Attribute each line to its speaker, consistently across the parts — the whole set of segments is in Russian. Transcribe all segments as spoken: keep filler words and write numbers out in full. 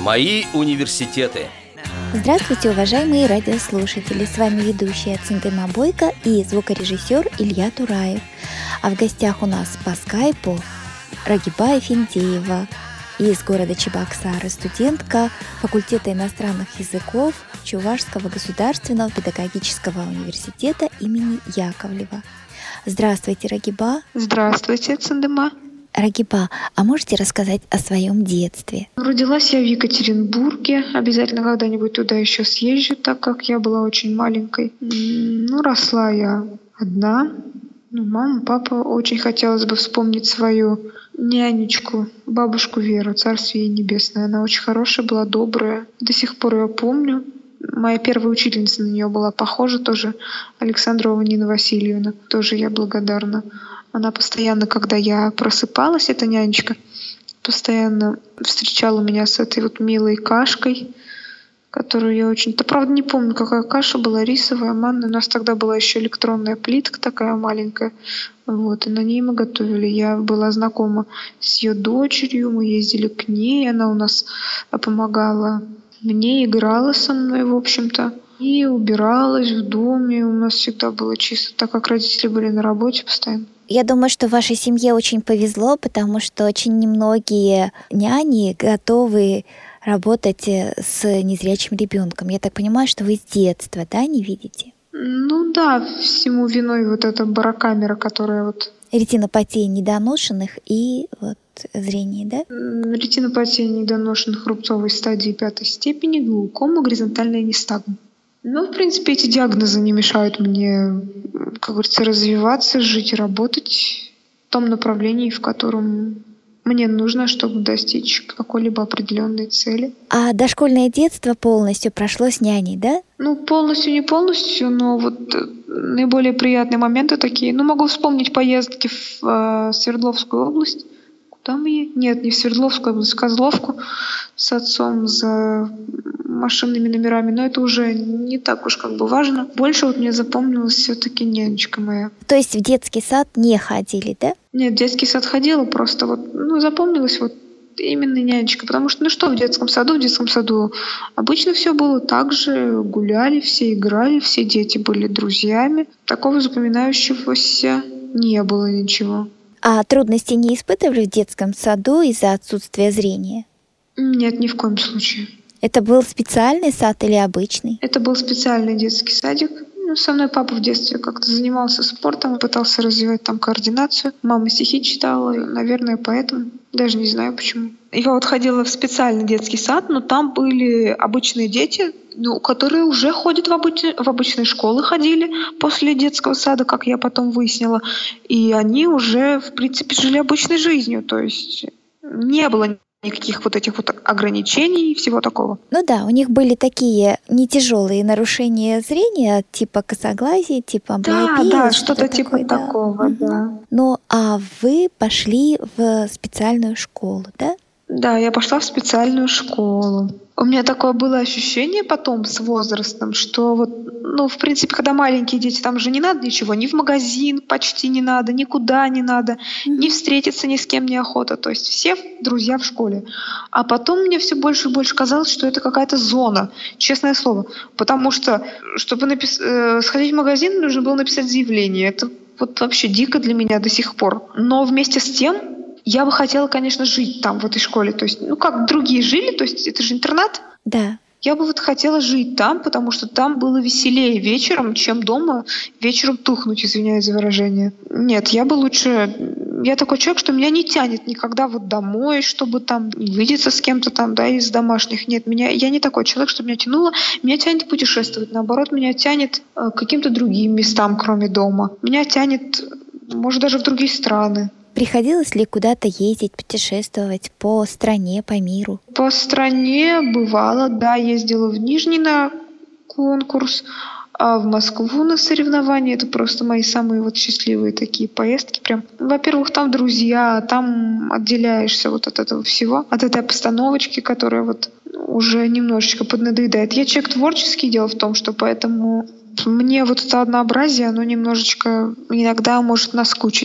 Speaker 1: Мои университеты.
Speaker 2: Здравствуйте, уважаемые радиослушатели! С вами ведущая Центыма Бойко и звукорежиссер Илья Тураев. А в гостях у нас по скайпу Рагиба Эфендеева из города Чебоксары, студентка факультета иностранных языков Чувашского государственного педагогического университета имени Яковлева. Здравствуйте, Рагиба!
Speaker 3: Здравствуйте, Центыма!
Speaker 2: Рагиба, а можете рассказать о своем детстве?
Speaker 3: Родилась я в Екатеринбурге. Обязательно когда-нибудь туда еще съезжу, так как я была очень маленькой. Ну, росла я одна. Ну, мама, папа. Очень хотелось бы вспомнить свою нянечку, бабушку Веру, царствие ей небесное. Она очень хорошая была, добрая. До сих пор ее помню. Моя первая учительница на нее была похожа тоже, Александрова Нина Васильевна. Тоже я благодарна. Она постоянно, когда я просыпалась, эта нянечка, постоянно встречала меня с этой вот милой кашкой, которую я очень... Да, правда, не помню, какая каша была, рисовая, манная. У нас тогда была еще электронная плитка такая маленькая. Вот, и на ней мы готовили. Я была знакома с ее дочерью, мы ездили к ней, она у нас помогала мне, играла со мной, в общем-то. И убиралась в доме. У нас всегда было чисто, так как родители были на работе постоянно.
Speaker 2: Я думаю, что вашей семье очень повезло, потому что очень немногие няни готовы работать с незрячим ребенком. Я так понимаю, что вы с детства, да, не видите?
Speaker 3: Ну да, всему виной вот эта барокамера, которая вот...
Speaker 2: Ретинопатия недоношенных и вот зрение, да?
Speaker 3: Ретинопатия недоношенных рубцовой стадии пятой степени, глаукома, горизонтальная нистагма. Ну, в принципе, эти диагнозы не мешают мне, как говорится, развиваться, жить и работать в том направлении, в котором мне нужно, чтобы достичь какой-либо определенной цели.
Speaker 2: А дошкольное детство полностью прошло с няней, да?
Speaker 3: Ну, полностью не полностью, но вот наиболее приятные моменты такие. Ну, могу вспомнить поездки в э, Свердловскую область. Куда мы едем? Нет, не в Свердловскую область, в Козловку с отцом за машинными номерами, но это уже не так уж как бы важно. Больше вот мне запомнилась все-таки нянечка моя.
Speaker 2: То есть в детский сад не ходили, да?
Speaker 3: Нет, в детский сад ходила, просто вот, ну, запомнилась вот именно нянечка, потому что, ну что в детском саду? В детском саду обычно все было так же, гуляли, все играли, все дети были друзьями. Такого запоминающегося не было ничего.
Speaker 2: А трудностей не испытывали в детском саду из-за отсутствия зрения?
Speaker 3: Нет, ни в коем случае.
Speaker 2: Это был специальный сад или обычный?
Speaker 3: Это был специальный детский садик. Ну, со мной папа в детстве как-то занимался спортом, пытался развивать там координацию. Мама стихи читала, наверное, поэтому. Даже не знаю почему. Я вот ходила в специальный детский сад, но там были обычные дети, ну, которые уже ходят в, обыч... в обычные школы, ходили после детского сада, как я потом выяснила. И они уже, в принципе, жили обычной жизнью. То есть не было никаких вот этих вот ограничений и всего такого.
Speaker 2: Ну да, у них были такие не тяжелые нарушения зрения, типа косоглазия, типа амблиопии.
Speaker 3: Да, да,
Speaker 2: что-то,
Speaker 3: что-то типа
Speaker 2: такое,
Speaker 3: такого,
Speaker 2: да.
Speaker 3: да.
Speaker 2: Ну, а вы пошли в специальную школу, да?
Speaker 3: Да, я пошла в специальную школу. У меня такое было ощущение потом с возрастом, что вот, ну, в принципе, когда маленькие дети, там же не надо ничего, ни в магазин почти не надо, никуда не надо, mm-hmm. ни встретиться ни с кем неохота. То есть все друзья в школе. А потом мне все больше и больше казалось, что это какая-то зона, честное слово. Потому что, чтобы напис... э, сходить в магазин, нужно было написать заявление. Это вот вообще дико для меня до сих пор. Но вместе с тем я бы хотела, конечно, жить там, в этой школе. То есть, ну, как другие жили, то есть это же интернат.
Speaker 2: Да.
Speaker 3: Я бы вот хотела жить там, потому что там было веселее вечером, чем дома вечером тухнуть, извиняюсь за выражение. Нет, я бы лучше... Я такой человек, что меня не тянет никогда вот домой, чтобы там видеться с кем-то там, да, из домашних. Нет, меня... я не такой человек, что меня тянуло. Меня тянет путешествовать. Наоборот, меня тянет э, к каким-то другим местам, кроме дома. Меня тянет, может, даже в другие страны.
Speaker 2: Приходилось ли куда-то ездить, путешествовать по стране, по миру?
Speaker 3: По стране бывало, да, ездила в Нижний на конкурс, а в Москву на соревнования. Это просто мои самые вот счастливые такие поездки. Прям, во-первых, там друзья, там отделяешься вот от этого всего, от этой постановочки, которая вот уже немножечко поднадоедает. Я человек творческий, дело в том, что поэтому мне вот это однообразие, оно немножечко иногда может наскучить.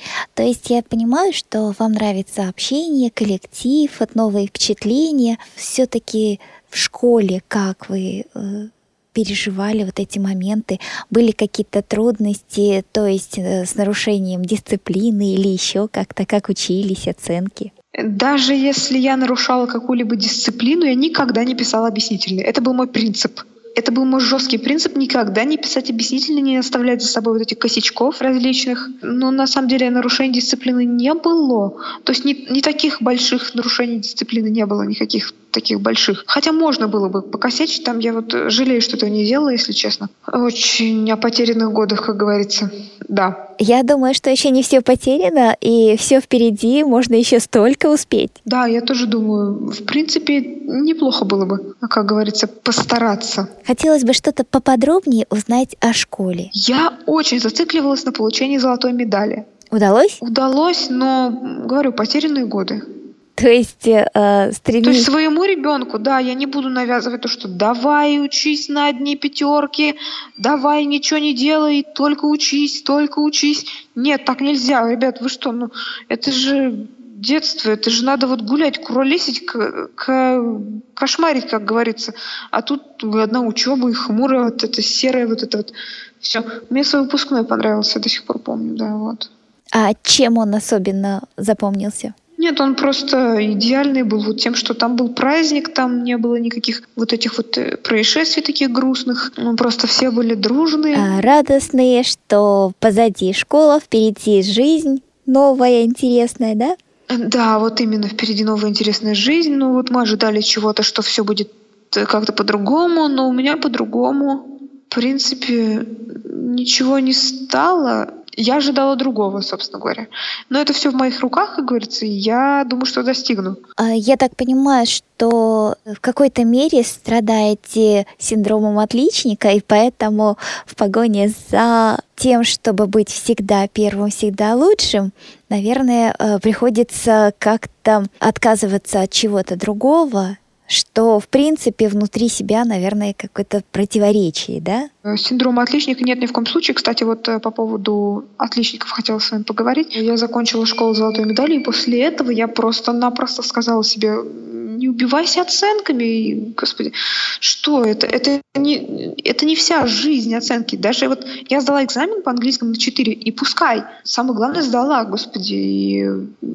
Speaker 2: То есть я понимаю, что вам нравится общение, коллектив, вот новые впечатления. Все-таки в школе как вы э, переживали вот эти моменты? Были какие-то трудности, то есть э, с нарушением дисциплины или еще как-то, как учились, оценки?
Speaker 3: Даже если я нарушала какую-либо дисциплину, я никогда не писала объяснительные. Это был мой принцип. Это был мой жесткий принцип — никогда не писать объяснительные, не оставлять за собой вот этих косячков различных. Но на самом деле нарушений дисциплины не было. То есть не, не таких больших нарушений дисциплины не было, никаких таких больших. Хотя можно было бы покосячить, там я вот жалею, что этого не делала, если честно. Очень о потерянных годах, как говорится. Да.
Speaker 2: Я думаю, что еще не все потеряно, и все впереди, можно еще столько успеть.
Speaker 3: Да, я тоже думаю, в принципе, неплохо было бы, как говорится, постараться.
Speaker 2: Хотелось бы что-то поподробнее узнать о школе.
Speaker 3: Я очень зацикливалась на получении золотой медали.
Speaker 2: Удалось?
Speaker 3: Удалось, но, говорю, потерянные годы.
Speaker 2: То есть э, стремись...
Speaker 3: То есть своему ребенку, да, я не буду навязывать то, что давай учись на одни пятерки, давай ничего не делай, только учись, только учись. Нет, так нельзя, ребят, вы что, ну это же детство, это же надо вот гулять, куролесить, к, к, кошмарить, как говорится. А тут одна учеба и хмурая, вот это серое, вот это вот все. Мне свой выпускной понравился, я до сих пор помню, да, вот.
Speaker 2: А чем он особенно запомнился?
Speaker 3: Нет, он просто идеальный был вот тем, что там был праздник, там не было никаких вот этих вот происшествий таких грустных. Ну, просто все были дружные.
Speaker 2: А, радостные, что позади школа, впереди жизнь новая, интересная, да?
Speaker 3: Да, вот именно впереди новая интересная жизнь. Ну вот мы ожидали чего-то, что все будет как-то по-другому, но у меня по-другому. В принципе, ничего не стало. Я ожидала другого, собственно говоря. Но это все в моих руках, как говорится, и я думаю, что достигну.
Speaker 2: Я так понимаю, что в какой-то мере страдаете синдромом отличника, и поэтому в погоне за тем, чтобы быть всегда первым, всегда лучшим, наверное, приходится как-то отказываться от чего-то другого, что, в принципе, внутри себя, наверное, какое-то противоречие, да?
Speaker 3: Синдрома отличника нет ни в коем случае. Кстати, вот по поводу отличников хотела с вами поговорить. Я закончила школу золотой медали, и после этого я просто-напросто сказала себе: не убивайся оценками. И, господи, что это? Это не, это не вся жизнь оценки. Даже вот я сдала экзамен по английскому на четыре, и пускай. Самое главное сдала, господи. И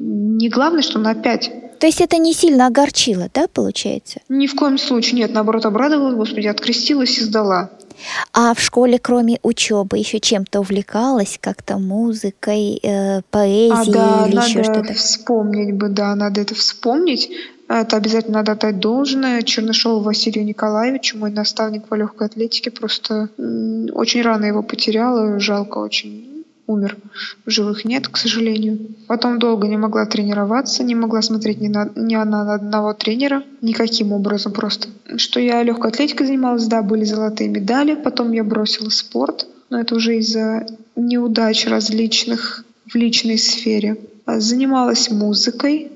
Speaker 3: не главное, что на пять.
Speaker 2: То есть это не сильно огорчило, да, получается?
Speaker 3: Ни в коем случае нет. Наоборот, обрадовалась, господи, открестилась и сдала.
Speaker 2: А в школе, кроме учебы, еще чем-то увлекалась, как-то музыкой, э, поэзией,
Speaker 3: а, да,
Speaker 2: или
Speaker 3: надо
Speaker 2: еще что-то?
Speaker 3: Вспомнить бы, да, надо это вспомнить. Это обязательно надо отдать должное Чернышову Василию Николаевичу, мой наставник по легкой атлетике. Просто м- очень рано его потеряла, жалко очень. Умер. В живых нет, к сожалению. Потом долго не могла тренироваться, не могла смотреть ни на, ни на одного тренера, никаким образом просто. Что я легкой атлетикой занималась, да, были золотые медали. Потом я бросила спорт, но это уже из-за неудач различных в личной сфере. Занималась музыкой,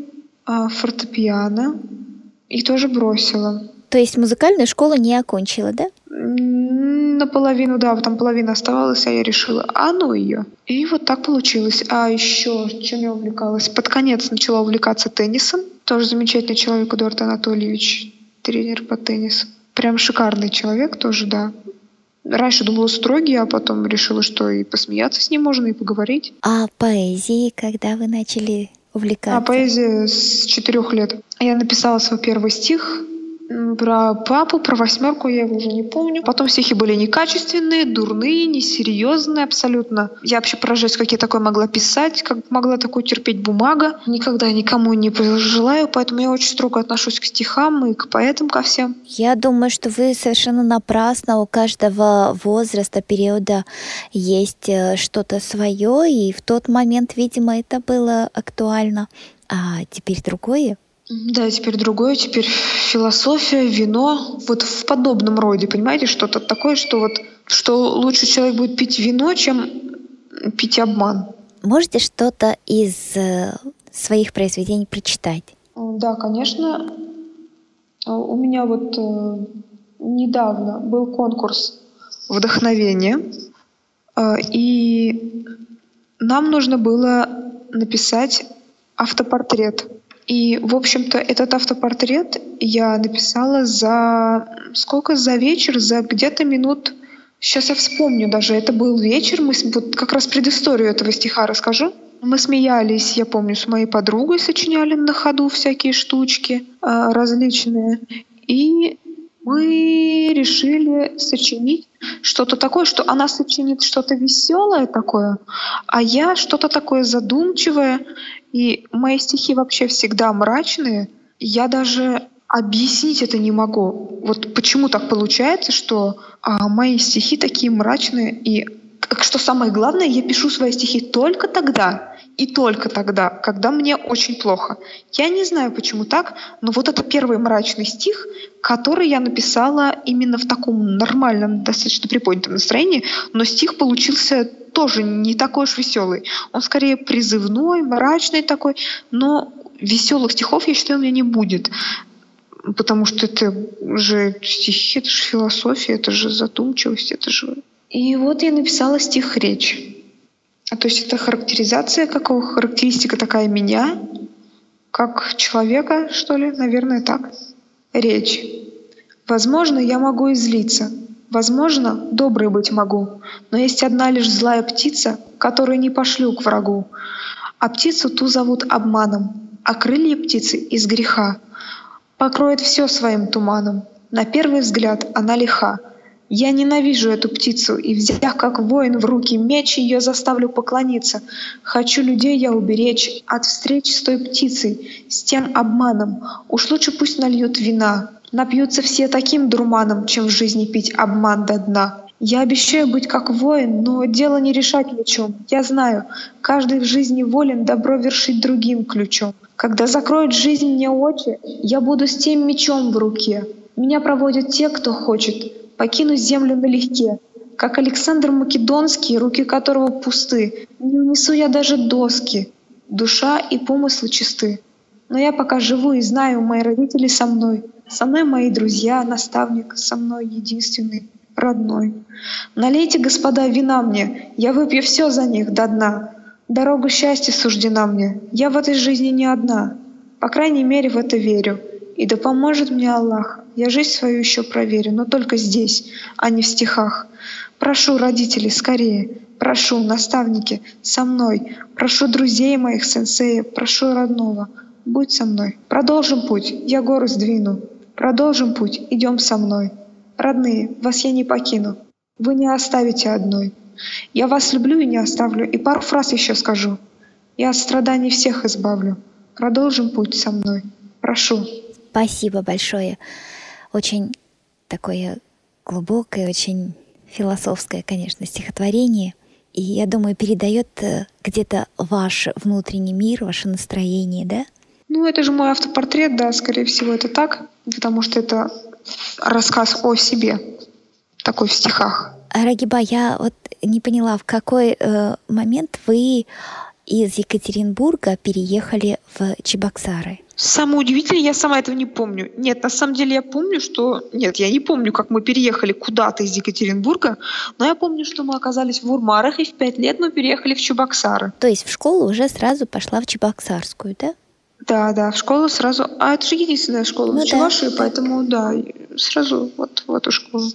Speaker 3: фортепиано и тоже бросила.
Speaker 2: То есть музыкальную школу не окончила, да?
Speaker 3: Наполовину, да, там половина оставалась, а я решила, а ну ее. И вот так получилось. А еще чем я увлекалась? Под конец начала увлекаться теннисом. Тоже замечательный человек Эдуард Анатольевич, тренер по теннису. Прям шикарный человек тоже, да. Раньше думала строгий, а потом решила, что и посмеяться с ним можно, и поговорить.
Speaker 2: А поэзией, когда вы начали увлекаться?
Speaker 3: А поэзия с четырех лет. Я написала свой первый стих про папу, про восьмерку, я его уже не помню. Потом стихи были некачественные, дурные, несерьезные абсолютно. Я вообще поражаюсь, как я такое могла писать, как могла такое терпеть бумага. Никогда никому не пожелаю, поэтому я очень строго отношусь к стихам и к поэтам, ко всем.
Speaker 2: Я думаю, что вы совершенно напрасно. У каждого возраста, периода есть что-то свое, и в тот момент, видимо, это было актуально. А теперь другое.
Speaker 3: Да, теперь другое, теперь философия, вино, вот в подобном роде, понимаете, что-то такое, что вот, что лучше человек будет пить вино, чем пить обман.
Speaker 2: Можете что-то из э, своих произведений прочитать?
Speaker 3: Да, конечно. У меня вот э, недавно был конкурс вдохновения, э, и нам нужно было написать автопортрет. И, в общем-то, этот автопортрет я написала за сколько? За вечер, за где-то минут... Сейчас я вспомню даже. Это был вечер. Мы с- вот как раз предысторию этого стиха расскажу. Мы смеялись, я помню, с моей подругой сочиняли на ходу всякие штучки а, различные. И мы решили сочинить что-то такое, что она сочинит что-то веселое такое, а я что-то такое задумчивое. И мои стихи вообще всегда мрачные. Я даже объяснить это не могу. Вот почему так получается, что а, мои стихи такие мрачные. И к- что самое главное, я пишу свои стихи только тогда и только тогда, когда мне очень плохо. Я не знаю, почему так, но вот это первый мрачный стих, который я написала именно в таком нормальном, достаточно приподнятом настроении, но стих получился тоже не такой уж веселый. Он скорее призывной, мрачный такой, но веселых стихов, я считаю, у меня не будет. Потому что это же стихи, это же философия, это же задумчивость, это же... И вот я написала стих «Речь». А то есть это характеризация, какого характеристика такая меня, как человека, что ли, наверное, так. Речь. Возможно, я могу и злиться. Возможно, доброй быть могу. Но есть одна лишь злая птица, которую не пошлю к врагу. А птицу ту зовут обманом, а крылья птицы из греха. Покроет все своим туманом. На первый взгляд она лиха. Я ненавижу эту птицу, и, взяв как воин в руки меч, ее заставлю поклониться. Хочу людей я уберечь от встреч с той птицей, с тем обманом. Уж лучше пусть нальют вина. Напьются все таким дурманом, чем в жизни пить обман до дна. Я обещаю быть как воин, но дело не решать мечом. Я знаю, каждый в жизни волен добро вершить другим ключом. Когда закроет жизнь мне очи, я буду с тем мечом в руке. Меня проводят те, кто хочет покинуть землю налегке. Как Александр Македонский, руки которого пусты, не унесу я даже доски. Душа и помыслы чисты. Но я пока живу и знаю, мои родители со мной. Со мной мои друзья, наставник, со мной единственный, родной. Налейте, господа, вина мне, я выпью все за них до дна. Дорога счастья суждена мне, я в этой жизни не одна. По крайней мере, в это верю. И да поможет мне Аллах. Я жизнь свою еще проверю, но только здесь, а не в стихах. Прошу, родители, скорее. Прошу, наставники, со мной. Прошу друзей моих, сенсея, прошу родного. Будь со мной. Продолжим путь, я гору сдвину. Продолжим путь, идем со мной. Родные, вас я не покину. Вы не оставите одной. Я вас люблю и не оставлю. И пару фраз еще скажу. Я от страданий всех избавлю. Продолжим путь со мной. Прошу.
Speaker 2: Спасибо большое. Очень такое глубокое, очень философское, конечно, стихотворение. И, я думаю, передает э, где-то ваш внутренний мир, ваше настроение, да?
Speaker 3: Ну, это же мой автопортрет, да, скорее всего, это так, потому что это рассказ о себе, такой в стихах.
Speaker 2: А, Рагиба, я вот не поняла, в какой э, момент вы из Екатеринбурга переехали в Чебоксары?
Speaker 3: Самое удивительное, я сама этого не помню. Нет, на самом деле я помню, что... Нет, я не помню, как мы переехали куда-то из Екатеринбурга, но я помню, что мы оказались в Урмарах, и в пять лет мы переехали в Чебоксары.
Speaker 2: То есть в школу уже сразу пошла в Чебоксарскую, да?
Speaker 3: Да, да, в школу сразу... А это же единственная школа
Speaker 2: Ну
Speaker 3: в
Speaker 2: да.
Speaker 3: Чувашии, поэтому, да, сразу вот в эту школу.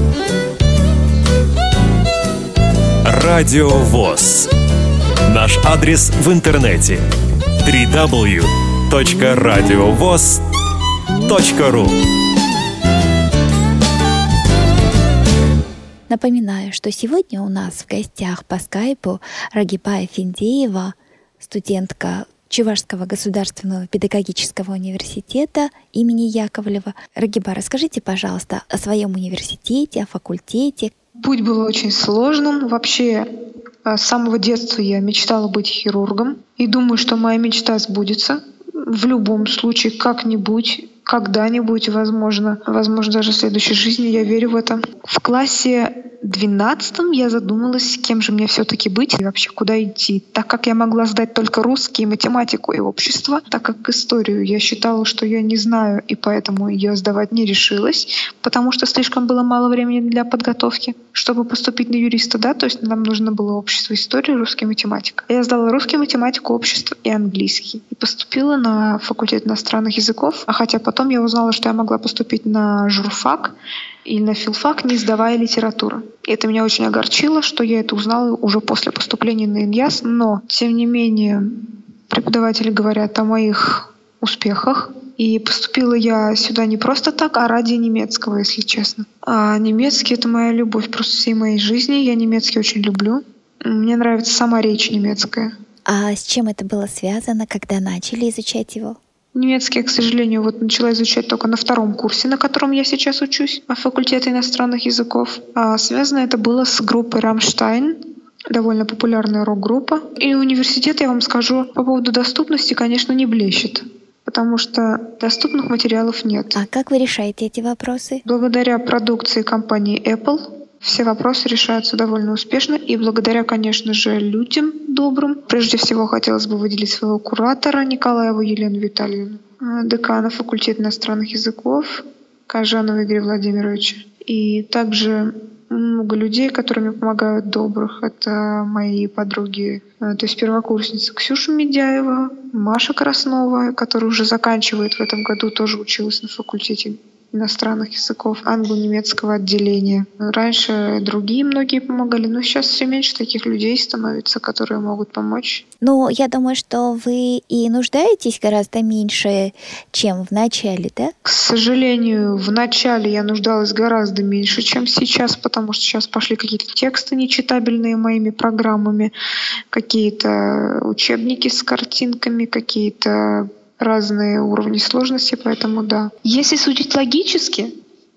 Speaker 4: Радио ВОС. Наш адрес в интернете дабл ю дабл ю дабл ю точка радиовос точка ру.
Speaker 2: Напоминаю, что сегодня у нас в гостях по скайпу Рагиба Эфендеева, студентка Чувашского государственного педагогического университета имени Яковлева. Рагиба, расскажите, пожалуйста, о своем университете, о факультете.
Speaker 3: Путь был очень сложным. Вообще, с самого детства я мечтала быть хирургом. И думаю, что моя мечта сбудется. В любом случае, как-нибудь, когда-нибудь, возможно, возможно, даже в следующей жизни, я верю в это. В классе двенадцатом я задумалась, кем же мне все-таки быть и вообще куда идти. Так как я могла сдать только русский, математику и общество, так как историю я считала, что я не знаю, и поэтому ее сдавать не решилась, потому что слишком было мало времени для подготовки, чтобы поступить на юриста, да, то есть нам нужно было общество, история, русский, математика. Я сдала русский, математику, общество и английский. И поступила на факультет иностранных языков, а хотя потом я узнала, что я могла поступить на журфак и на филфак, не сдавая литературу. И это меня очень огорчило, что я это узнала уже после поступления на ИНЯС, но, тем не менее, преподаватели говорят о моих успехах. И поступила я сюда не просто так, а ради немецкого, если честно. А немецкий — это моя любовь просто всей моей жизни. Я немецкий очень люблю. Мне нравится сама речь немецкая.
Speaker 2: А с чем это было связано, когда начали изучать его?
Speaker 3: Немецкий, к сожалению, вот начала изучать только на втором курсе, на котором я сейчас учусь, на факультете иностранных языков. А связано это было с группой «Рамштайн», довольно популярная рок-группа. И университет, я вам скажу, по поводу доступности, конечно, не блещет, потому что доступных материалов нет.
Speaker 2: А как вы решаете эти вопросы?
Speaker 3: Благодаря продукции компании Apple все вопросы решаются довольно успешно, и благодаря, конечно же, людям добрым. Прежде всего, хотелось бы выделить своего куратора Николаеву Елену Витальевну, декана факультета иностранных языков Кажанова Игоря Владимировича. И также много людей, которые мне помогают, добрых. Это мои подруги, то есть первокурсница Ксюша Медяева, Маша Краснова, которая уже заканчивает в этом году, тоже училась на факультете иностранных языков, англо-немецкого отделения. Раньше другие многие помогали, но сейчас все меньше таких людей становится, которые могут помочь.
Speaker 2: Ну, я думаю, что вы и нуждаетесь гораздо меньше, чем в начале, да?
Speaker 3: К сожалению, в начале я нуждалась гораздо меньше, чем сейчас, потому что сейчас пошли какие-то тексты нечитабельные моими программами, какие-то учебники с картинками, какие-то разные уровни сложности, поэтому да. Если судить логически,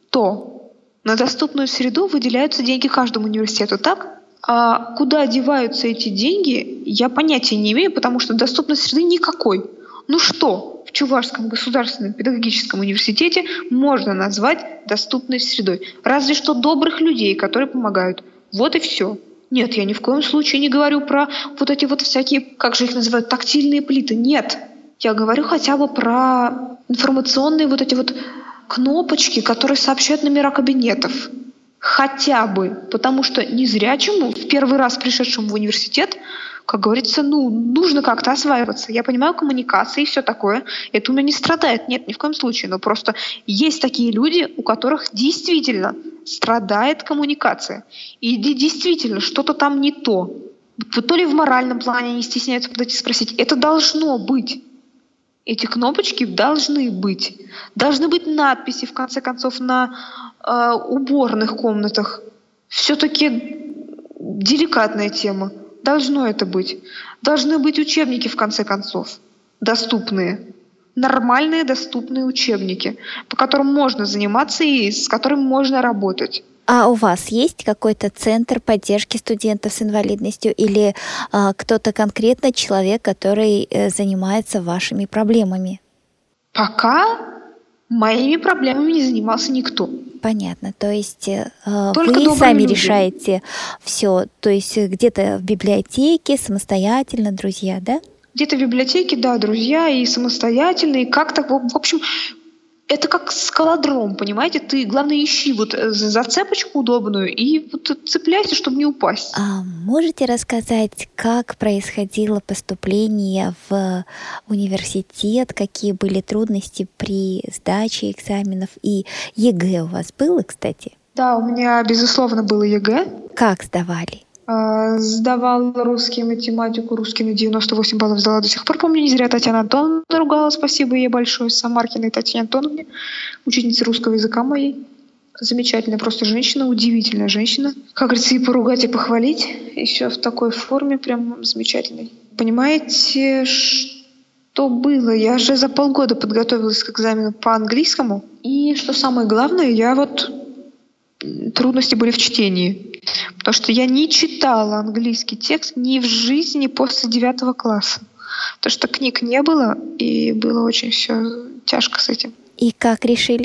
Speaker 3: то на доступную среду выделяются деньги каждому университету, так? А куда деваются эти деньги, я понятия не имею, потому что доступной среды никакой. Ну что в Чувашском государственном педагогическом университете можно назвать доступной средой? Разве что добрых людей, которые помогают. Вот и все. Нет, я ни в коем случае не говорю про вот эти вот всякие, как же их называют, тактильные плиты. Нет. Я говорю хотя бы про информационные вот эти вот кнопочки, которые сообщают номера кабинетов. Хотя бы, потому что незрячему, в первый раз пришедшему в университет, как говорится, ну, нужно как-то осваиваться. Я понимаю коммуникации и все такое. Это у меня не страдает, нет, ни в коем случае. Но просто есть такие люди, у которых действительно страдает коммуникация. И действительно что-то там не то. То ли в моральном плане они стесняются подойти и спросить. Это должно быть. Эти кнопочки должны быть. Должны быть надписи, в конце концов, на э, уборных комнатах. Все-таки деликатная тема. Должно это быть. Должны быть учебники, в конце концов, доступные. Нормальные доступные учебники, по которым можно заниматься и с которыми можно работать.
Speaker 2: А у вас есть какой-то центр поддержки студентов с инвалидностью или а, кто-то конкретно человек, который э, занимается вашими проблемами?
Speaker 3: Пока моими проблемами не занимался никто.
Speaker 2: Понятно. То есть э,
Speaker 3: Только
Speaker 2: вы сами
Speaker 3: люди.
Speaker 2: решаете все, то есть где-то в библиотеке, самостоятельно, друзья, да?
Speaker 3: Где-то в библиотеке, да, друзья, и самостоятельно, и как-то, в общем, это как скалодром, понимаете? Ты, главное, ищи вот зацепочку удобную и вот цепляйся, чтобы не упасть.
Speaker 2: А можете рассказать, как происходило поступление в университет, какие были трудности при сдаче экзаменов, и ЕГЭ у вас было, кстати?
Speaker 3: Да, у меня, безусловно, было ЕГЭ.
Speaker 2: Как сдавали?
Speaker 3: Сдавала русский, математику, русский на девяносто восемь баллов сдала до сих пор. Помню, не зря Татьяна Антоновна ругала, спасибо ей большое, Самаркиной Татьяне Антоновне, учительнице русского языка моей. Замечательная просто женщина, удивительная женщина. Как говорится, и поругать, и похвалить. Еще в такой форме прям замечательной. Понимаете, что было? Я же за полгода подготовилась к экзамену по английскому. И что самое главное, я вот... Трудности были в чтении. Потому что я не читала английский текст ни в жизни после девятого класса. Потому что книг не было, и было очень все тяжко с этим.
Speaker 2: И как решили?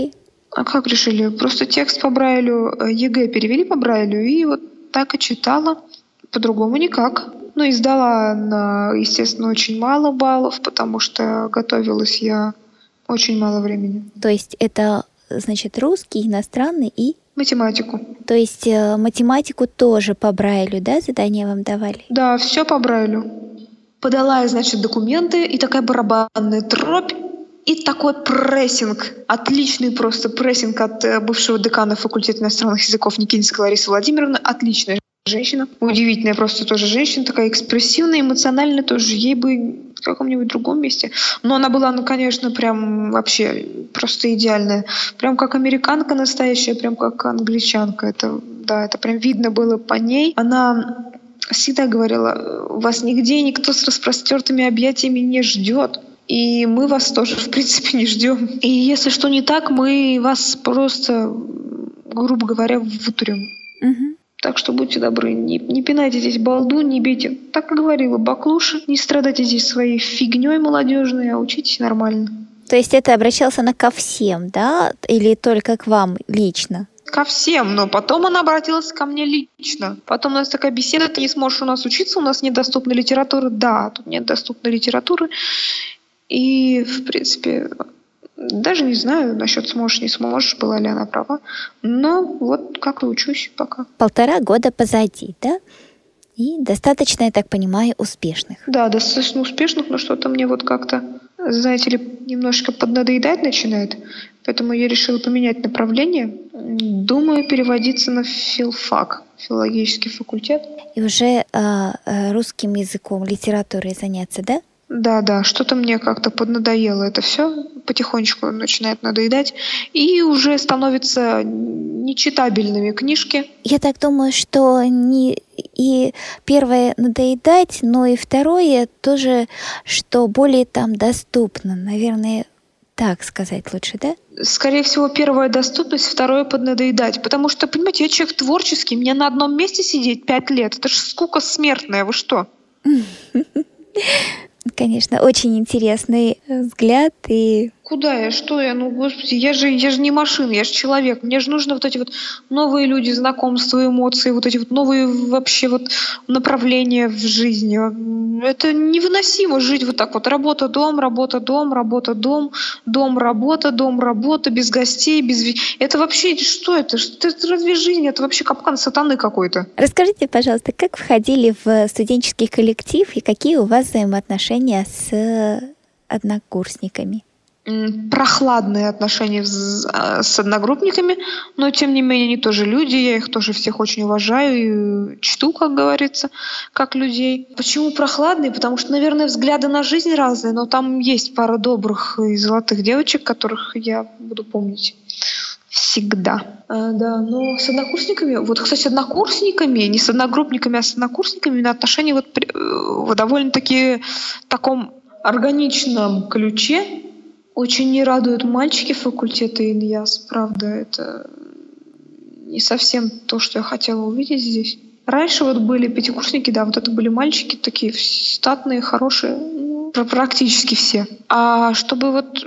Speaker 3: А как решили? Просто текст по Брайлю, ЕГЭ перевели по Брайлю, и вот так и читала. По-другому никак. Ну и сдала на, естественно, очень мало баллов, потому что готовилась я очень мало времени.
Speaker 2: То есть это, значит, русский, иностранный и...
Speaker 3: Математику.
Speaker 2: То есть э, математику тоже по Брайлю, да, задания вам давали?
Speaker 3: Да, все по Брайлю. Подала я, значит, документы, и такая барабанная дробь, и такой прессинг. Отличный просто прессинг от э, бывшего декана факультета иностранных языков Никинской Ларисы Владимировны. Отличная женщина. Удивительная просто тоже женщина, такая экспрессивная, эмоциональная тоже. Ей бы в каком-нибудь другом месте. Но она была, ну, конечно, прям вообще просто идеальная. Прям как американка настоящая, прям как англичанка. Это, да, это прям видно было по ней. Она всегда говорила: вас нигде никто с распростертыми объятиями не ждет. И мы вас тоже, в принципе, не ждем. И если что не так, мы вас просто, грубо говоря, вытурим.
Speaker 2: Угу.
Speaker 3: Так что будьте добры, не, не пинайте здесь балду, не бейте. Так и говорила баклуши. Не страдайте здесь своей фигней молодежной, а учитесь нормально.
Speaker 2: То есть это обращался она ко всем, да? Или только к вам лично?
Speaker 3: Ко всем, но потом она обратилась ко мне лично. Потом у нас такая беседа: ты не сможешь у нас учиться, у нас нет доступной литературы. Да, тут нет доступной литературы. И, в принципе, даже не знаю насчет сможешь, не сможешь, была ли она права. Но вот как и учусь пока.
Speaker 2: Полтора года позади, да? И достаточно, я так понимаю, успешных.
Speaker 3: Да, достаточно успешных, но что-то мне вот как-то, знаете ли, немножечко поднадоедать начинает. Поэтому я решила поменять направление. Думаю, переводиться на филфак, филологический факультет.
Speaker 2: И уже э, русским языком, литературой заняться, да?
Speaker 3: Да, да, что-то мне как-то поднадоело это все, потихонечку начинает надоедать, и уже становятся нечитабельными книжки.
Speaker 2: Я так думаю, что не и первое надоедать, но и второе тоже, что более там доступно, наверное, так сказать лучше, да?
Speaker 3: Скорее всего, первое — доступность, второе — поднадоедать. Потому что, понимаете, я человек творческий, мне на одном месте сидеть пять лет, это же скука смертная, вы что?
Speaker 2: Конечно, очень интересный взгляд. И...
Speaker 3: Куда я? Что я? Ну, господи, я же, я же не машина, я же человек. Мне же нужны вот эти вот новые люди, знакомства, эмоции, вот эти вот новые вообще вот направления в жизни. Это невыносимо жить вот так вот. Работа, дом, работа, дом, работа, дом, дом, работа, дом, работа, без гостей, без... Это вообще, что это? Это разве жизнь? Это вообще капкан сатаны какой-то.
Speaker 2: Расскажите, пожалуйста, как входили в студенческий коллектив и какие у вас взаимоотношения с однокурсниками?
Speaker 3: Прохладные отношения с одногруппниками, но тем не менее они тоже люди, я их тоже всех очень уважаю и чту, как говорится, как людей. Почему прохладные? Потому что, наверное, взгляды на жизнь разные, но там есть пара добрых и золотых девочек, которых я буду помнить всегда. А, да, но с однокурсниками, вот, кстати, с однокурсниками, не с одногруппниками, а с однокурсниками на отношения вот, вот довольно-таки в таком органичном ключе. Очень не радуют мальчики факультета ИНЯС, правда, это не совсем то, что я хотела увидеть здесь. Раньше вот были пятикурсники, да, вот это были мальчики такие статные, хорошие, ну, практически все. А чтобы вот...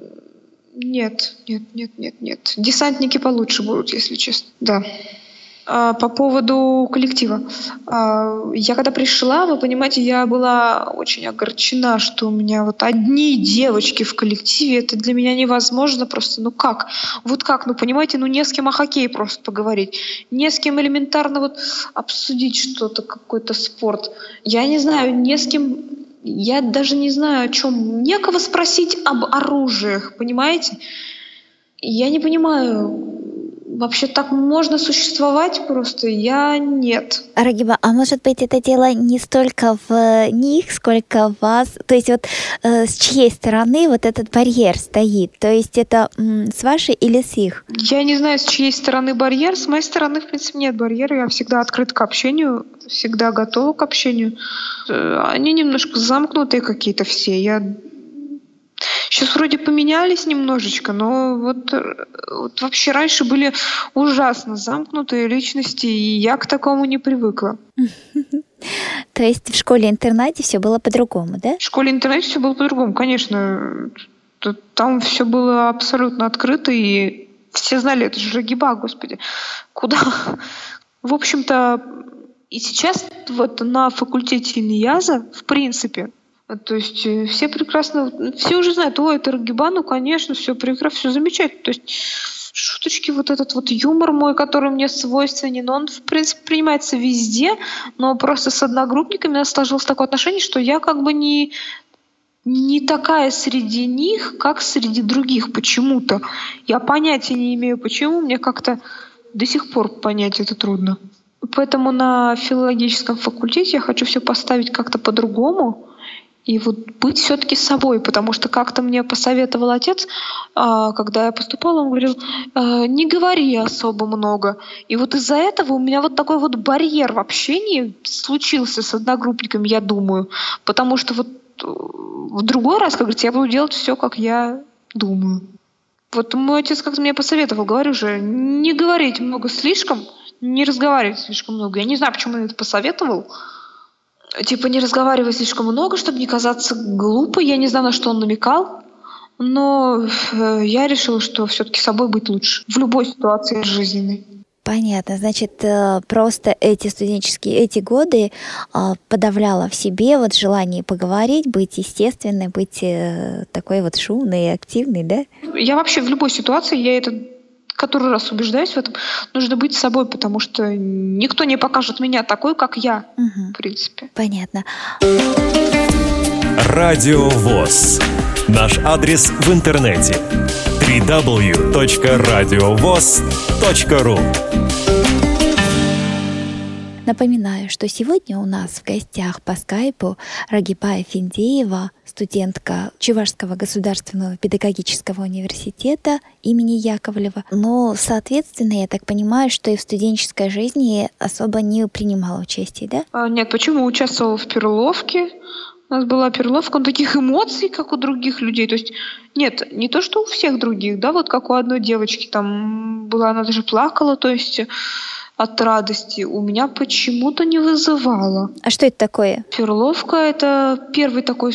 Speaker 3: Нет, нет, нет, нет, нет. Десантники получше будут, если честно, да. А, по поводу коллектива. А, я когда пришла, вы понимаете, я была очень огорчена, что у меня вот одни девочки в коллективе. Это для меня невозможно просто. Ну как? Вот как? Ну понимаете, ну не с кем о хоккее просто поговорить. Не с кем элементарно вот обсудить что-то, какой-то спорт. Я не знаю, не с кем... Я даже не знаю, о чем. Некого спросить об оружиях, понимаете? Я не понимаю... Вообще так можно существовать просто? Я нет.
Speaker 2: Рагиба, а может быть это дело не столько в них, сколько в вас? То есть вот э, с чьей стороны вот этот барьер стоит? То есть это м, с вашей или с их?
Speaker 3: Я не знаю, с чьей стороны барьер. С моей стороны, в принципе, нет барьера. Я всегда открыта к общению, всегда готова к общению. Они немножко замкнутые какие-то все. Я... Сейчас вроде поменялись немножечко, но вот, вот вообще раньше были ужасно замкнутые личности, и я к такому не привыкла.
Speaker 2: То есть в школе-интернате все было по-другому, да?
Speaker 3: В школе-интернате все было по-другому, конечно. Там все было абсолютно открыто, и Все знали, это же Рагиба, господи. Куда? В общем-то, и сейчас вот на факультете Нияза, в принципе, то есть все прекрасно, все уже знают, о, это Рагиба, ну, конечно, все прекрасно, все замечательно. То есть шуточки, вот этот вот юмор мой, который мне свойственен, он, в принципе, принимается везде, но просто с одногруппниками у нас сложилось такое отношение, что я как бы не, не такая среди них, как среди других почему-то. Я понятия не имею, почему, мне как-то до сих пор понять это трудно. Поэтому на филологическом факультете я хочу все поставить как-то по-другому, и вот быть все-таки собой, потому что как-то мне посоветовал отец, когда я поступала, он говорил, не говори особо много. И вот из-за этого у меня вот такой вот барьер в общении случился с одногруппниками, я думаю. Потому что вот в другой раз, как говорится, я буду делать все, как я думаю. Вот мой отец как-то мне посоветовал, говорю же, не говорить много слишком, не разговаривать слишком много. Я не знаю, почему он это посоветовал. Типа не разговаривать слишком много, чтобы не казаться глупой. Я не знаю, на что он намекал, но я решила, что все-таки собой быть лучше в любой ситуации жизненной.
Speaker 2: Понятно. Значит, просто эти студенческие, эти годы подавляла в себе вот желание поговорить, быть естественной, быть такой вот шумной и активной, да?
Speaker 3: Я вообще в любой ситуации, я это который раз убеждаюсь в этом, нужно быть собой, потому что никто не покажет меня такой, как я, угу. В принципе.
Speaker 2: Понятно.
Speaker 4: Радио ВОС. Наш адрес в интернете дабл ю дабл ю дабл ю точка радиовос точка ру.
Speaker 2: Напоминаю, что сегодня у нас в гостях по скайпу Рагиба Эфендеева, студентка Чувашского государственного педагогического университета имени Яковлева. Но, соответственно, я так понимаю, что и в студенческой жизни особо не принимала участие, да?
Speaker 3: А, нет, почему? Участвовала в перловке. У нас была перловка, но таких эмоций, как у других людей. То есть, нет, не то, что у всех других, да, вот как у одной девочки там была, она даже плакала, то есть от радости, у меня почему-то не вызывало.
Speaker 2: А что это такое?
Speaker 3: Перловка — это первый такой...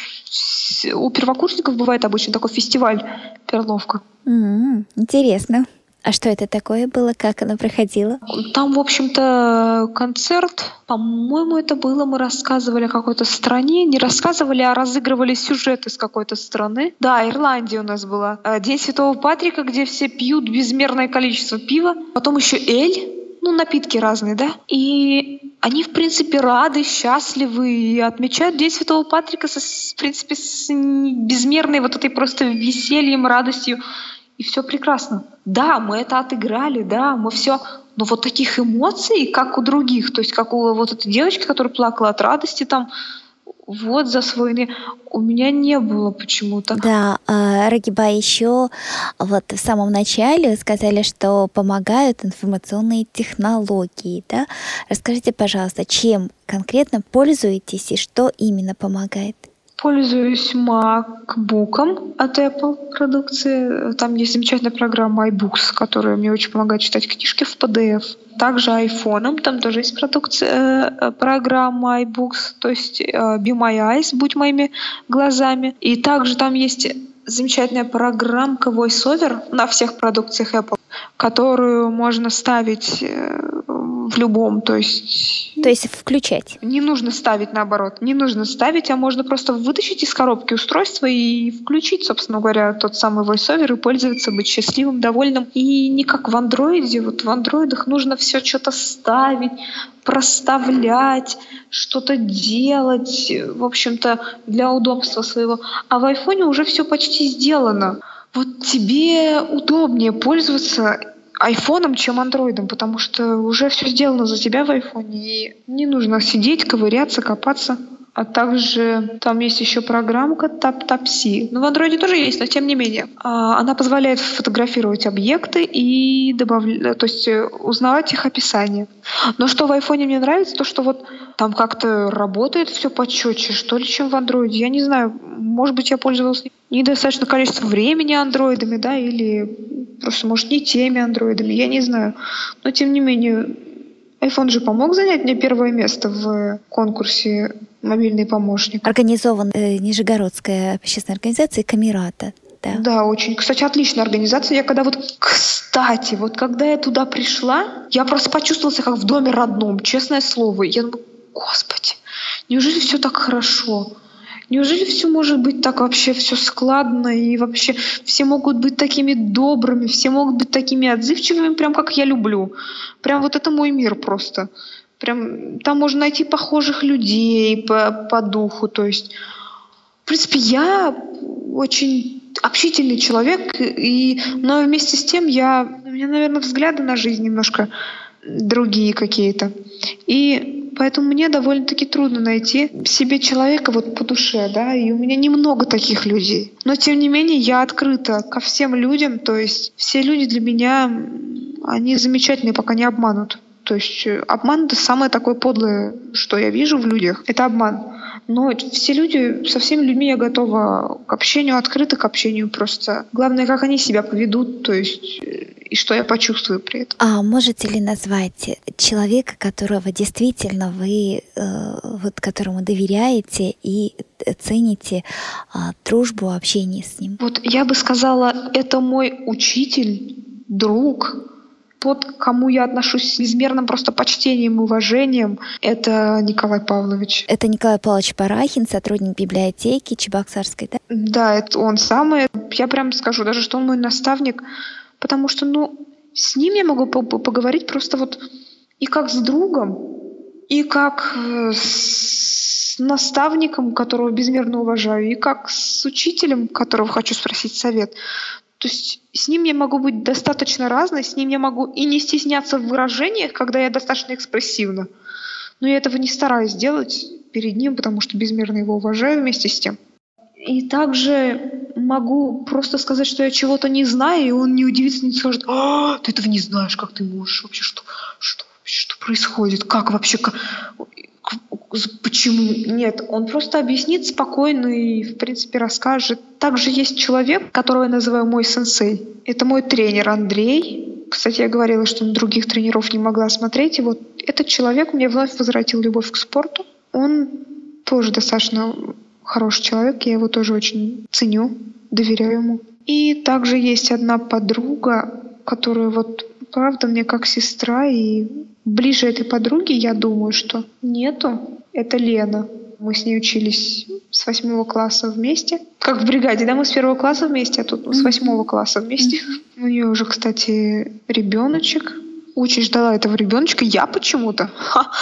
Speaker 3: У первокурсников бывает обычно такой фестиваль перловка.
Speaker 2: Mm-hmm, интересно. А что это такое было? Как оно проходило?
Speaker 3: Там, в общем-то, концерт. По-моему, это было, мы рассказывали о какой-то стране. Не рассказывали, а разыгрывали сюжет из какой-то страны. Да, Ирландия у нас была. День Святого Патрика, где все пьют безмерное количество пива. Потом еще эль. Ну, напитки разные, да? И они, в принципе, рады, счастливы и отмечают День Святого Патрика, со, в принципе, с безмерной вот этой просто весельем, радостью. И все прекрасно. Да, мы это отыграли, да, мы все... Но вот таких эмоций, как у других, то есть как у вот этой девочки, которая плакала от радости там, вот за свой... У меня не было почему-то.
Speaker 2: Да, Рагиба, еще вот в самом начале вы сказали, что помогают информационные технологии, да? Расскажите, пожалуйста, чем конкретно пользуетесь и что именно помогает?
Speaker 3: Пользуюсь MacBook'ом от Apple продукции. Там есть замечательная программа iBooks, которая мне очень помогает читать книжки в пи ди эф. Также айфоном, там тоже есть продукция, программа iBooks, то есть Be My Eyes, будь моими глазами. И также там есть замечательная программка VoiceOver на всех продукциях Apple, которую можно ставить в любом, то есть...
Speaker 2: То есть включать?
Speaker 3: Не нужно ставить, наоборот. Не нужно ставить, а можно просто вытащить из коробки устройство и включить, собственно говоря, тот самый VoiceOver и пользоваться, быть счастливым, довольным. И не как в андроиде. Вот в андроидах нужно все что-то ставить, проставлять, что-то делать, в общем-то, для удобства своего. А в айфоне уже все почти сделано. Вот тебе удобнее пользоваться айфоном, чем андроидом, потому что уже все сделано за тебя в айфоне, и не нужно сидеть, ковыряться, копаться. А также там есть еще программка TapTapSee. Ну, в андроиде тоже есть, но тем не менее. Она позволяет фотографировать объекты и добавлять, то есть узнавать их описание. Но что в айфоне мне нравится, то что вот там как-то работает все почетче, что ли, чем в андроиде. Я не знаю, может быть, я пользовалась недостаточно количество времени андроидами, да, или просто, может, не теми андроидами, я не знаю. Но, тем не менее, iPhone же помог занять мне первое место в конкурсе «Мобильный помощник».
Speaker 2: Организован э, Нижегородская общественная организация «Камерата». да.
Speaker 3: Да, очень. Кстати, отличная организация. Я когда вот, кстати, вот когда я туда пришла, я просто почувствовала себя как в доме родном, честное слово. Я думаю, Господи, неужели все так хорошо? Неужели все может быть так вообще все складно и вообще все могут быть такими добрыми, все могут быть такими отзывчивыми, прям как я люблю. Прям вот это мой мир просто. Прям там можно найти похожих людей по, по духу. То есть, в принципе, я очень общительный человек, и, но вместе с тем я, у меня, наверное, взгляды на жизнь немножко другие какие-то. И поэтому мне довольно-таки трудно найти себе человека вот по душе, да, и у меня немного таких людей. Но, тем не менее, я открыта ко всем людям, то есть все люди для меня, они замечательные, пока не обманут. То есть обман — это самое такое подлое, что я вижу в людях, это обман. Но все люди, со всеми людьми я готова к общению, открыта к общению просто. Главное, как они себя поведут, то есть и что я почувствую при этом.
Speaker 2: А можете ли назвать человека, которого действительно вы, э, вот которому доверяете и цените э, дружбу, общение с ним?
Speaker 3: Вот я бы сказала, это мой учитель, друг. Тот, к кому я отношусь с безмерным просто почтением и уважением, это Николай Павлович.
Speaker 2: Это Николай Павлович Парахин, сотрудник библиотеки Чебоксарской, да?
Speaker 3: Да, это он самый. Я прям скажу, даже что он мой наставник, потому что, ну, с ним я могу поговорить просто вот и как с другом, и как с наставником, которого безмерно уважаю, и как с учителем, которого хочу спросить совет. То есть с ним я могу быть достаточно разной, с ним я могу и не стесняться в выражениях, когда я достаточно экспрессивна. Но я этого не стараюсь делать перед ним, потому что безмерно его уважаю вместе с тем. И также могу просто сказать, что я чего-то не знаю, и он не удивится, не скажет: «А, ты этого не знаешь, как ты можешь? Вообще что, что, вообще, что происходит? Как вообще? Как, почему?» Нет, он просто объяснит спокойно и, в принципе, расскажет. Также есть человек, которого я называю мой сенсей. Это мой тренер Андрей. Кстати, я говорила, что на других тренеров не могла смотреть. И вот этот человек мне вновь возвратил любовь к спорту. Он тоже достаточно хороший человек, я его тоже очень ценю, доверяю ему. И также есть одна подруга, которая вот, правда, мне как сестра, и ближе этой подруги, я думаю, что нету. Это Лена. Мы с ней учились с восьмого класса вместе. Как в бригаде, да, мы с первого класса вместе, а тут с восьмого класса вместе. У нее уже, кстати, ребеночек. Очень ждала этого ребеночка. Я почему-то.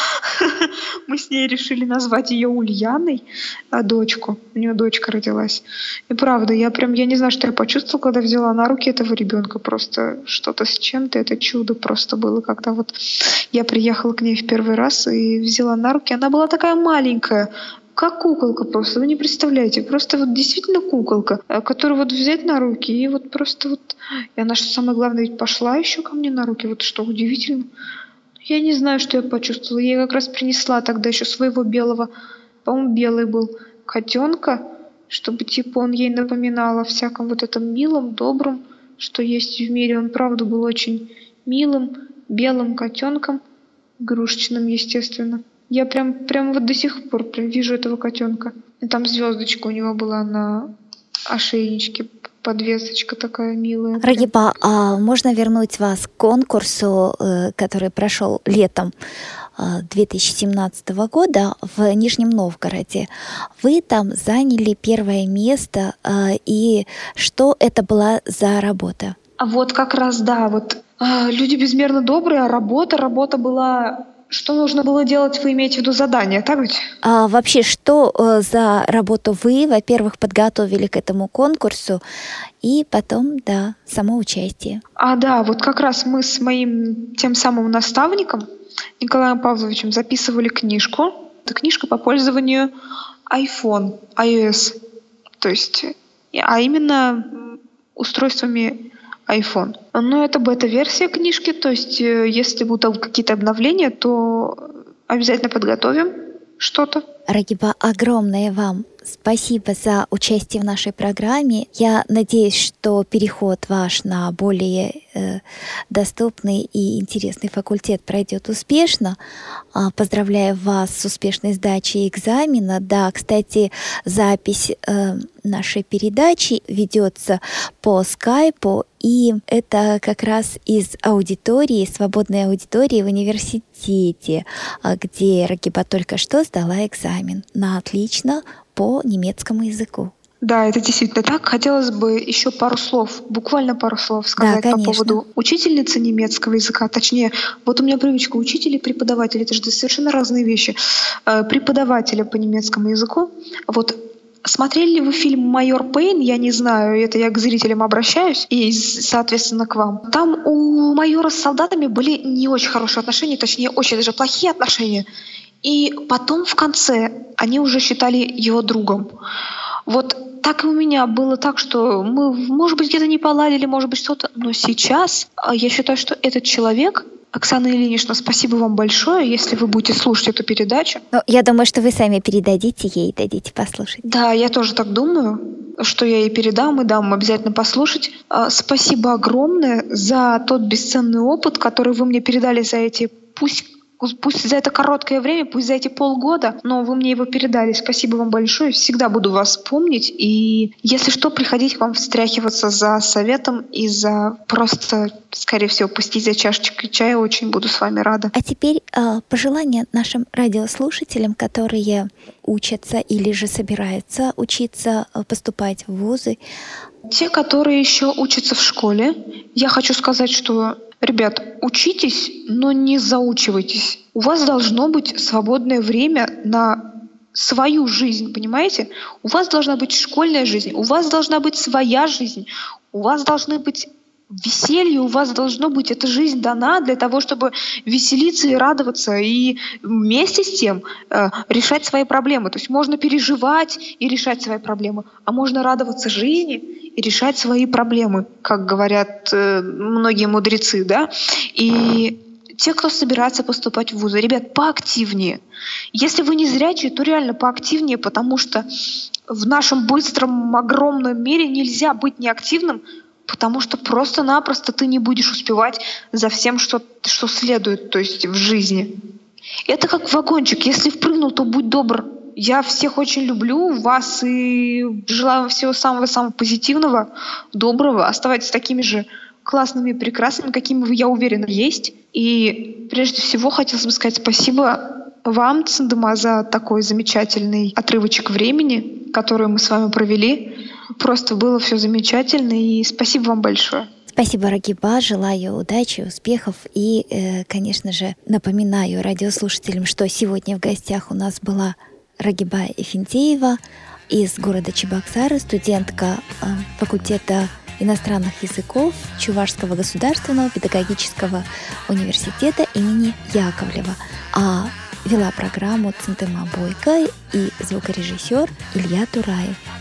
Speaker 3: Мы с ней решили назвать ее Ульяной, а дочку. У нее дочка родилась. И правда, я прям, я не знаю, что я почувствовала, когда взяла на руки этого ребенка. Просто что-то с чем-то, это чудо просто было. Когда вот я приехала к ней в первый раз и взяла на руки, она была такая маленькая, как куколка просто, вы не представляете, просто вот действительно куколка, которую вот взять на руки и вот просто вот, и она, что самое главное, ведь пошла еще ко мне на руки, вот что удивительно. Я не знаю, что я почувствовала, я ей как раз принесла тогда еще своего белого, по-моему, белый был, котенка, чтобы типа он ей напоминал о всяком вот этом милом, добром, что есть в мире. Он правда был очень милым, белым котенком, игрушечным, естественно. Я прям, прям вот до сих пор прям вижу этого котенка. И там звездочка у него была на ошейничке, подвесочка такая милая.
Speaker 2: Рагиба, а можно вернуть вас к конкурсу, который прошел летом две тысячи семнадцатого года в Нижнем Новгороде? Вы там заняли первое место, и что это была за работа?
Speaker 3: А вот как раз, да, вот люди безмерно добрые, а работа, работа была... Что нужно было делать, вы имеете в виду задание, так ведь?
Speaker 2: А вообще, что э, за работу вы, во-первых, подготовили к этому конкурсу, и потом, да, само участие?
Speaker 3: А, да, вот как раз мы с моим тем самым наставником, Николаем Павловичем, записывали книжку. Это книжка по пользованию iPhone, iOS, то есть, а именно устройствами iPhone. Но это бета-версия книжки, то есть если будут какие-то обновления, то обязательно подготовим что-то.
Speaker 2: Рагиба, огромное вам спасибо за участие в нашей программе. Я надеюсь, что переход ваш на более э, доступный и интересный факультет пройдет успешно. А, поздравляю вас с успешной сдачей экзамена. Да, кстати, запись э, нашей передачи ведется по скайпу, и это как раз из аудитории, свободной аудитории в университете, где Рагиба только что сдала экзамен на отлично по немецкому языку.
Speaker 3: Да, это действительно так. Хотелось бы еще пару слов, буквально пару слов сказать
Speaker 2: Да,
Speaker 3: по поводу учительницы немецкого языка. Точнее, вот у меня привычка учитель и преподаватель. Это же совершенно разные вещи. Преподавателя по немецкому языку. Вот смотрели ли вы фильм «Майор Пейн»? Я не знаю, это я к зрителям обращаюсь и, соответственно, к вам. Там у майора с солдатами были не очень хорошие отношения, точнее, очень даже плохие отношения. И потом в конце они уже считали его другом. Вот так и у меня было так, что мы, может быть, где-то не поладили, может быть, что-то, но сейчас я считаю, что этот человек, Оксана Ильинична, спасибо вам большое, если вы будете слушать эту передачу.
Speaker 2: Ну, я думаю, что вы сами передадите ей, дадите послушать.
Speaker 3: Да, я тоже так думаю, что я ей передам и дам обязательно послушать. Спасибо огромное за тот бесценный опыт, который вы мне передали за эти, пусть Пусть за это короткое время, пусть за эти полгода, но вы мне его передали. Спасибо вам большое. Всегда буду вас помнить. И если что, приходить к вам встряхиваться за советом и за просто, скорее всего, пустить за чашечкой чая. Очень буду с вами рада.
Speaker 2: А теперь э, пожелания нашим радиослушателям, которые учатся или же собираются учиться, поступать в вузы.
Speaker 3: Те, которые еще учатся в школе, я хочу сказать, что ребят, учитесь, но не заучивайтесь. У вас должно быть свободное время на свою жизнь, понимаете? У вас должна быть школьная жизнь, у вас должна быть своя жизнь, у вас должны быть веселье, у вас должно быть, эта жизнь дана для того, чтобы веселиться и радоваться, и вместе с тем э, решать свои проблемы. То есть можно переживать и решать свои проблемы, а можно радоваться жизни и решать свои проблемы, как говорят э, многие мудрецы, да? И те, кто собирается поступать в вузы, ребят, поактивнее. Если вы не зрячие, то реально поактивнее, потому что в нашем быстром, огромном мире нельзя быть неактивным, потому что просто-напросто ты не будешь успевать за всем, что, что следует, то есть в жизни. Это как вагончик. Если впрыгнул, то будь добр. Я всех очень люблю, вас, и желаю вам всего самого-самого позитивного, доброго. Оставайтесь такими же классными и прекрасными, какими вы, я уверена, есть. И прежде всего хотелось бы сказать спасибо вам, Цындыма, за такой замечательный отрывочек времени, который мы с вами провели. Просто было все замечательно, и спасибо вам большое.
Speaker 2: Спасибо, Рагиба. Желаю удачи, успехов. И, э, конечно же, напоминаю радиослушателям, что сегодня в гостях у нас была Рагиба Эфендеева из города Чебоксары, студентка э, факультета иностранных языков Чувашского государственного педагогического университета имени Яковлева. А вела программу Цындыма Бойко и звукорежиссер Илья Тураев.